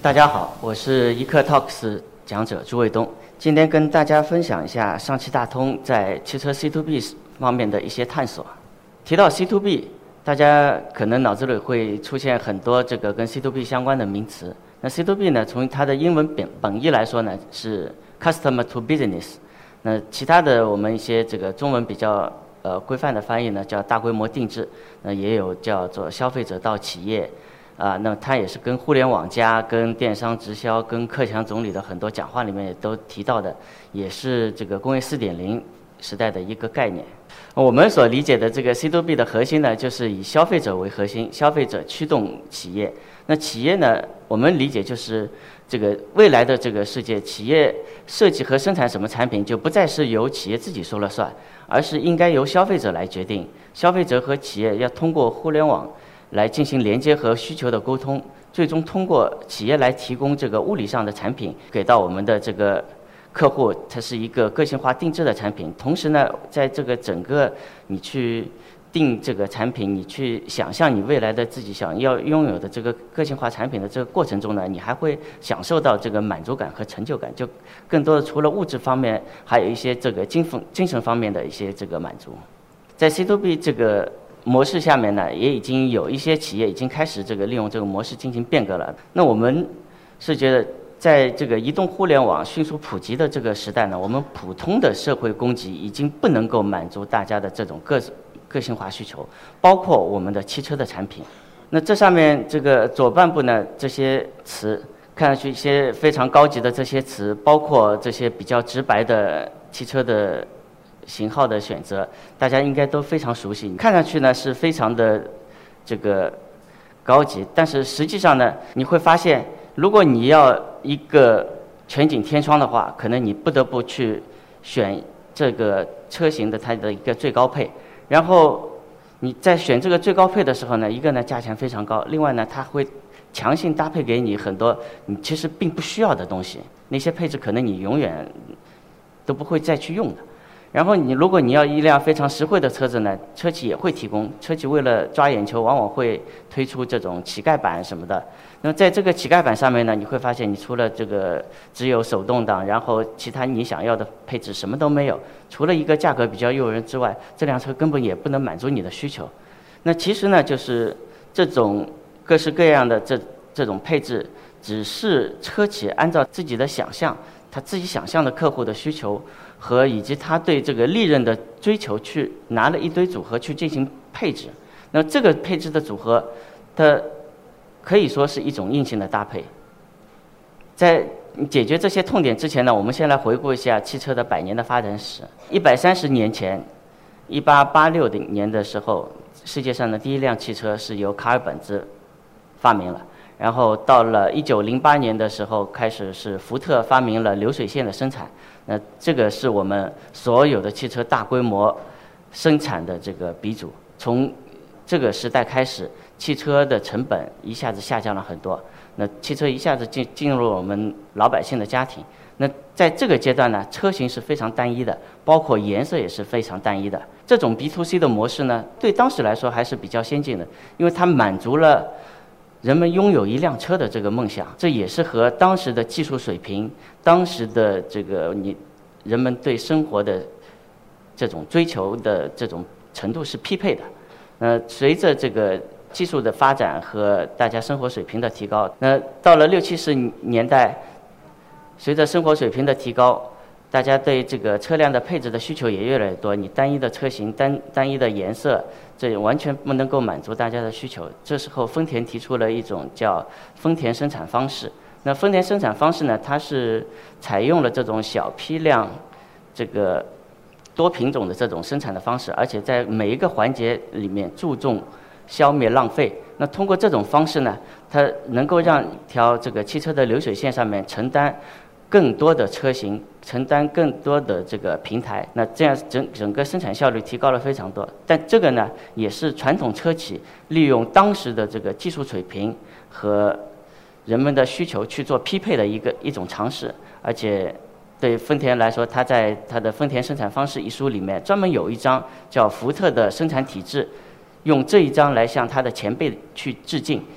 大家好，我是一刻 Talks 讲者朱卫东，今天跟大家分享一下上汽大通在汽车 C2B 方面的一些探索。提到 C2B， 大家可能脑子里会出现很多这个跟 C2B 相关的名词。那 C2B 呢，从它的英文本意来说呢，是 Customer to Business。那其他的我们一些这个中文比较规范的翻译呢，叫大规模定制，那也有叫做消费者到企业。那它也是跟互联网加、跟电商直销、跟克强总理的很多讲话里面也都提到的，也是这个工业4.0时代的一个概念。我们所理解的这个 C2B 的核心呢，就是以消费者为核心，消费者驱动企业。那企业呢，我们理解就是这个未来的这个世界，企业设计和生产什么产品，就不再是由企业自己说了算，而是应该由消费者来决定。消费者和企业要通过互联网来进行连接和需求的沟通，最终通过企业来提供这个物理上的产品给到我们的这个客户，它是一个个性化定制的产品。同时呢，在这个整个你去定这个产品，你去想象你未来的自己想要拥有的这个个性化产品的这个过程中呢，你还会享受到这个满足感和成就感，就更多的除了物质方面，还有一些这个精神方面的一些这个满足。在 C2B 这个模式下面呢，也已经有一些企业已经开始这个利用这个模式进行变革了。那我们是觉得，在这个移动互联网迅速普及的这个时代呢，我们普通的社会供给已经不能够满足大家的这种个性化需求，包括我们的汽车的产品。那这上面这个左半部呢，这些词看上去一些非常高级的这些词，包括这些比较直白的汽车的型号的选择，大家应该都非常熟悉，看上去呢是非常的这个高级，但是实际上呢，你会发现，如果你要一个全景天窗的话，可能你不得不去选这个车型的它的一个最高配，然后你在选这个最高配的时候呢，一个呢价钱非常高，另外呢它会强行搭配给你很多你其实并不需要的东西，那些配置可能你永远都不会再去用的。然后如果你要一辆非常实惠的车子呢，车企也会提供，车企为了抓眼球，往往会推出这种乞丐版什么的。那么在这个乞丐版上面呢，你会发现你除了这个只有手动挡，然后其他你想要的配置什么都没有，除了一个价格比较诱人之外，这辆车根本也不能满足你的需求。那其实呢，就是这种各式各样的这种配置，只是车企按照自己的想象，他自己想象的客户的需求和以及他对这个利润的追求，去拿了一堆组合去进行配置。那这个配置的组合，它可以说是一种硬性的搭配。在解决这些痛点之前呢，我们先来回顾一下汽车的100年的发展史。130年前，1886年的时候，世界上的第一辆汽车是由卡尔本兹发明了。然后到了1908年的时候，开始是福特发明了流水线的生产。那这个是我们所有的汽车大规模生产的这个鼻祖。从这个时代开始，汽车的成本一下子下降了很多，那汽车一下子进入我们老百姓的家庭。那在这个阶段呢，车型是非常单一的，包括颜色也是非常单一的。这种 B2C 的模式呢，对当时来说还是比较先进的，因为它满足了人们拥有一辆车的这个梦想，这也是和当时的技术水平、当时的这个人们对生活的这种追求的这种程度是匹配的。随着这个技术的发展和大家生活水平的提高，那到了60、70年代，随着生活水平的提高，大家对这个车辆的配置的需求也越来越多。你单一的车型、单一的颜色，这完全不能够满足大家的需求。这时候，丰田提出了一种叫丰田生产方式。那丰田生产方式呢，它是采用了这种小批量、这个多品种的这种生产的方式，而且在每一个环节里面注重消灭浪费。那通过这种方式呢，它能够让一条这个汽车的流水线上面承担更多的车型，承担更多的这个平台，那这样整个生产效率提高了非常多。但这个呢，也是传统车企利用当时的这个技术水平和人们的需求去做匹配的一种尝试。而且对丰田来说，它在它的《丰田生产方式》一书里面专门有一章叫福特的生产体制，用这一章来向他的前辈去致敬。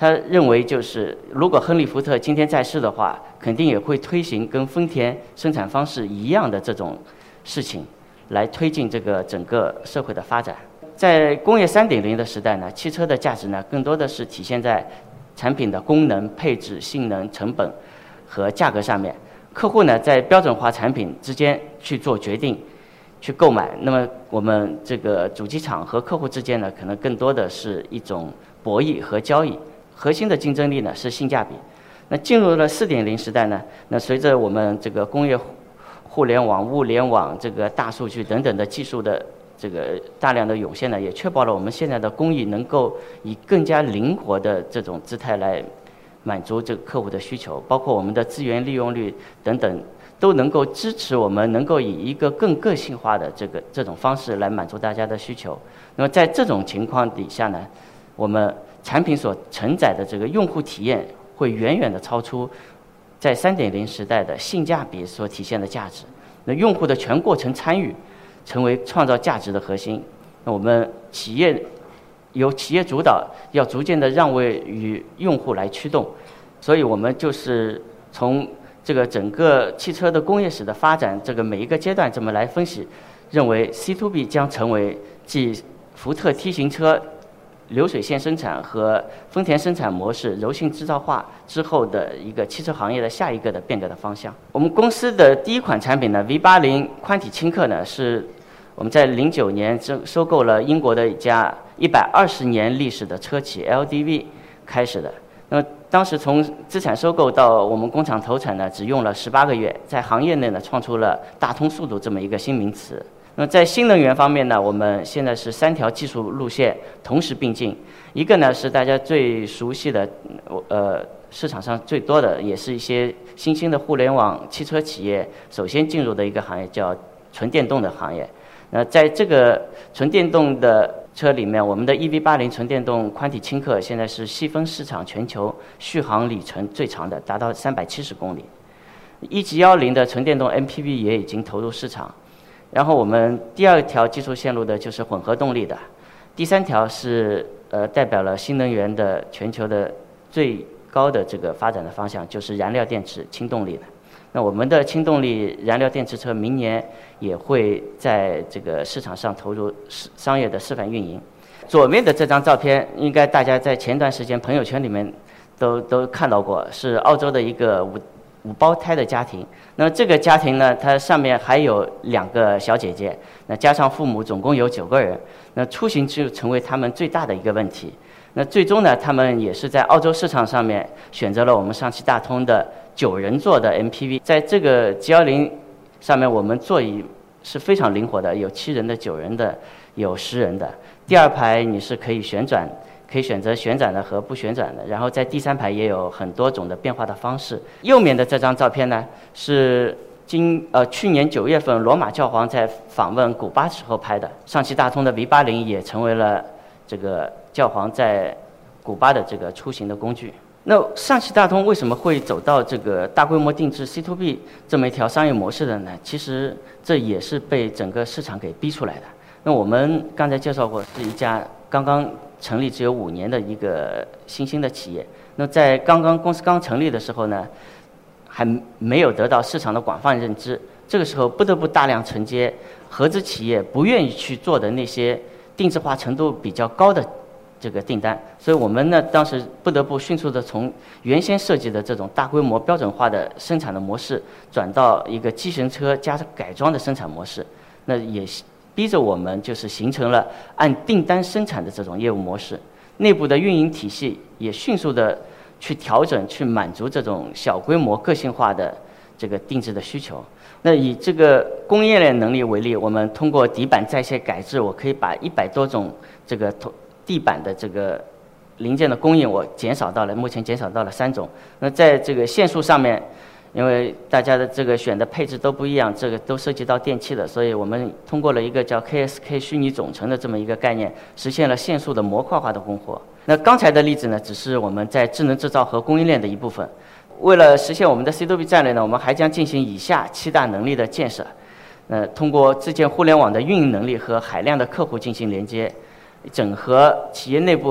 他认为就是如果亨利·福特今天在世的话，肯定也会推行跟丰田生产方式一样的这种事情，来推进这个整个社会的发展。在工业3.0的时代呢，汽车的价值呢更多的是体现在产品的功能、配置、性能、成本和价格上面。客户呢在标准化产品之间去做决定、去购买。那么我们这个主机厂和客户之间呢，可能更多的是一种博弈和交易。核心的竞争力呢是性价比。那进入了4.0时代呢，那随着我们这个工业互联网、物联网、这个大数据等等的技术的这个大量的涌现呢，也确保了我们现在的工艺能够以更加灵活的这种姿态来满足这个客户的需求，包括我们的资源利用率等等，都能够支持我们能够以一个更个性化的这种方式来满足大家的需求。那么在这种情况底下呢，我们产品所承载的这个用户体验会远远的超出在3.0时代的性价比所体现的价值。那用户的全过程参与成为创造价值的核心。那我们由企业主导，要逐渐的让位于用户来驱动。所以我们就是从这个整个汽车的工业史的发展，这个每一个阶段这么来分析，认为 C2B 将成为继福特 T 型车流水线生产和丰田生产模式柔性制造化之后的一个汽车行业的下一个的变革的方向。我们公司的第一款产品呢 V80 宽体轻客呢，是我们在09年收购了英国的一家120年历史的车企 LDV 开始的。那么当时从资产收购到我们工厂投产呢，只用了18个月，在行业内呢创出了大通速度这么一个新名词。那么在新能源方面呢，我们现在是3条技术路线同时并进。一个呢是大家最熟悉的，市场上最多的，也是一些新兴的互联网汽车企业首先进入的一个行业，叫纯电动的行业。那在这个纯电动的车里面，我们的 EV80 纯电动宽体轻客现在是细分市场全球续航里程最长的，达到370公里。1G10的纯电动 MPV 也已经投入市场。然后我们第二条技术线路的就是混合动力的，第3条是代表了新能源的全球的最高的这个发展的方向，就是燃料电池轻动力的。那我们的轻动力燃料电池车明年也会在这个市场上投入商业的示范运营。左面的这张照片，应该大家在前段时间朋友圈里面都看到过，是澳洲的一个五胞胎的家庭。那这个家庭呢，它上面还有2个小姐姐，那加上父母总共有9个人。那出行就成为他们最大的一个问题。那最终呢，他们也是在澳洲市场上面选择了我们上汽大通的9人座的 MPV。在这个 G10上面，我们座椅是非常灵活的，有7人的、9人的、有10人的。第2排你是可以旋转，可以选择旋转的和不旋转的，然后在第3排也有很多种的变化的方式。右面的这张照片呢，是去年9月份罗马教皇在访问古巴时候拍的。上汽大通的 V80 也成为了这个教皇在古巴的这个出行的工具。那上汽大通为什么会走到这个大规模定制 C2B 这么一条商业模式的呢？其实这也是被整个市场给逼出来的。那我们刚才介绍过，是一家刚刚成立只有5年的一个新兴的企业。那在公司刚成立的时候呢，还没有得到市场的广泛认知，这个时候不得不大量承接合资企业不愿意去做的那些定制化程度比较高的这个订单。所以我们呢，当时不得不迅速的从原先设计的这种大规模标准化的生产的模式，转到一个机神车加改装的生产模式。那也逼着我们就是形成了按订单生产的这种业务模式，内部的运营体系也迅速的去调整，去满足这种小规模个性化的这个定制的需求。那以这个供应链能力为例，我们通过底板再现改制，我可以把100多种这个地板的这个零件的供应，我目前减少到了3种。那在这个线束上面，因为大家的这个选的配置都不一样，这个都涉及到电器的，所以我们通过了一个叫 KSK 虚拟总成的这么一个概念，实现了线束的模块化的供货。那刚才的例子呢，只是我们在智能制造和供应链的一部分。为了实现我们的 C2B 战略呢，我们还将进行以下7大能力的建设。通过自建互联网的运营能力和海量的客户进行连接，整合企业内部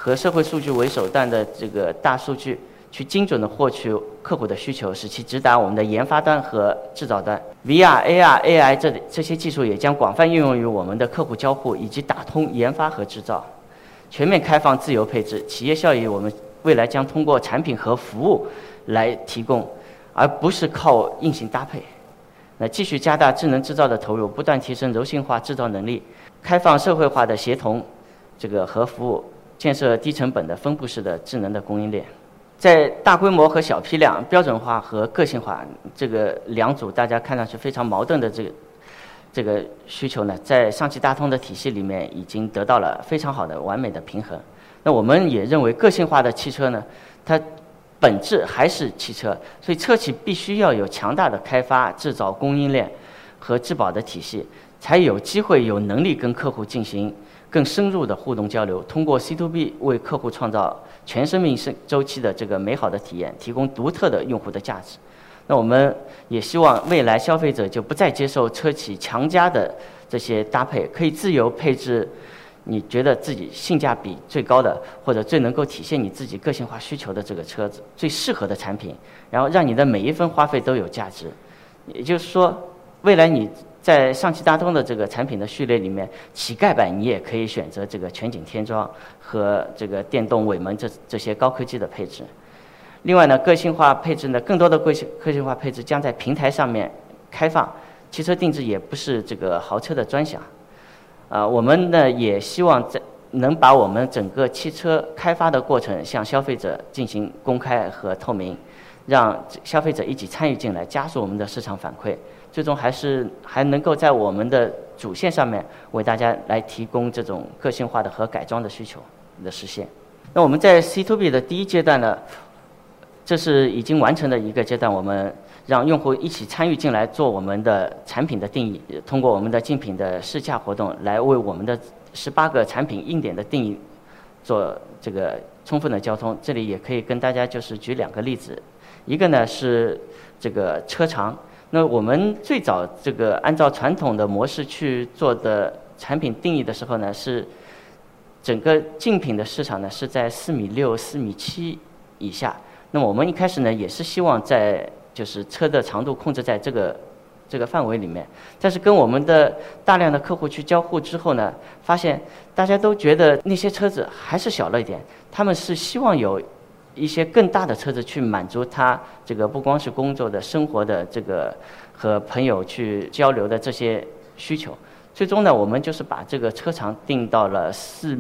和社会数据为手段的这个大数据，去精准的获取客户的需求，使其直达我们的研发端和制造端。VR、AR、AI 这些技术也将广泛应用于我们的客户交互以及打通研发和制造。全面开放自由配置，企业效益我们未来将通过产品和服务来提供，而不是靠硬性搭配。那继续加大智能制造的投入，不断提升柔性化制造能力，开放社会化的协同和服务，建设低成本的分布式的智能的供应链。在大规模和小批量、标准化和个性化这个两组大家看上去非常矛盾的这个需求呢，在上汽大通的体系里面已经得到了非常好的完美的平衡。那我们也认为个性化的汽车呢，它本质还是汽车，所以车企必须要有强大的开发、制造、供应链和质保的体系，才有机会有能力跟客户进行更深入的互动交流，通过 C2B 为客户创造全生命周期的这个美好的体验，提供独特的用户的价值。那我们也希望未来消费者就不再接受车企强加的这些搭配，可以自由配置你觉得自己性价比最高的或者最能够体现你自己个性化需求的这个车子，最适合的产品，然后让你的每一分花费都有价值。也就是说，未来你在上汽大通的这个产品的序列里面，乞丐版你也可以选择这个全景天窗和这个电动尾门这些高科技的配置。另外呢，个性化配置呢，更多的个性化配置将在平台上面开放，汽车定制也不是这个豪车的专享。我们呢也希望能把我们整个汽车开发的过程向消费者进行公开和透明，让消费者一起参与进来，加速我们的市场反馈，最终还能够在我们的主线上面为大家来提供这种个性化的和改装的需求的实现。那我们在 C2B 的第一阶段呢，这是已经完成的一个阶段，我们让用户一起参与进来做我们的产品的定义，通过我们的竞品的试驾活动来为我们的18个产品硬点的定义做这个充分的交通。这里也可以跟大家就是举2个例子，一个呢是这个车长。那我们最早这个按照传统的模式去做的产品定义的时候呢，是整个竞品的市场呢是在4.6米、4.7米以下。那么我们一开始呢也是希望在就是车的长度控制在这个范围里面，但是跟我们的大量的客户去交互之后呢，发现大家都觉得那些车子还是小了一点，他们是希望有一些更大的车子去满足他这个不光是工作的、生活的这个和朋友去交流的这些需求。最终呢，我们就是把这个车长定到了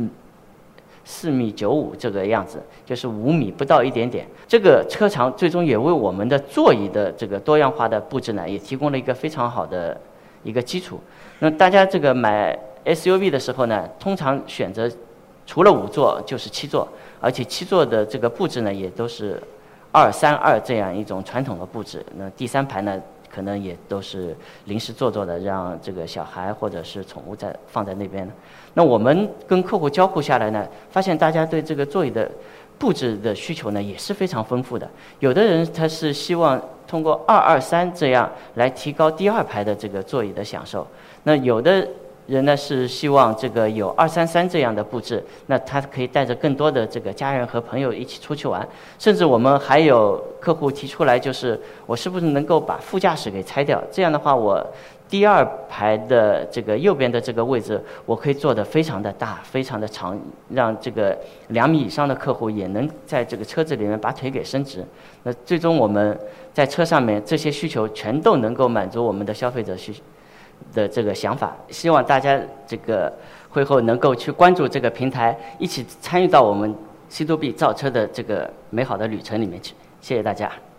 4.95米这个样子，就是5米不到一点点。这个车长最终也为我们的座椅的这个多样化的布置呢，也提供了一个非常好的一个基础。那大家这个买 SUV 的时候呢，通常选择除了5座就是7座，而且7座的这个布置呢，也都是2-3-2这样一种传统的布置。那第3排呢，可能也都是临时做的，让这个小孩或者是宠物放在那边。那我们跟客户交互下来呢，发现大家对这个座椅的布置的需求呢也是非常丰富的。有的人他是希望通过2-2-3这样来提高第2排的这个座椅的享受，那有的人呢是希望这个有2-3-3这样的布置，那他可以带着更多的这个家人和朋友一起出去玩。甚至我们还有客户提出来，就是我是不是能够把副驾驶给拆掉，这样的话我第2排的这个右边的这个位置我可以做得非常的大、非常的长，让这个2米以上的客户也能在这个车子里面把腿给伸直。那最终我们在车上面这些需求全都能够满足我们的消费者的这个想法。希望大家这个会后能够去关注这个平台，一起参与到我们 C2B 造车的这个美好的旅程里面去。谢谢大家。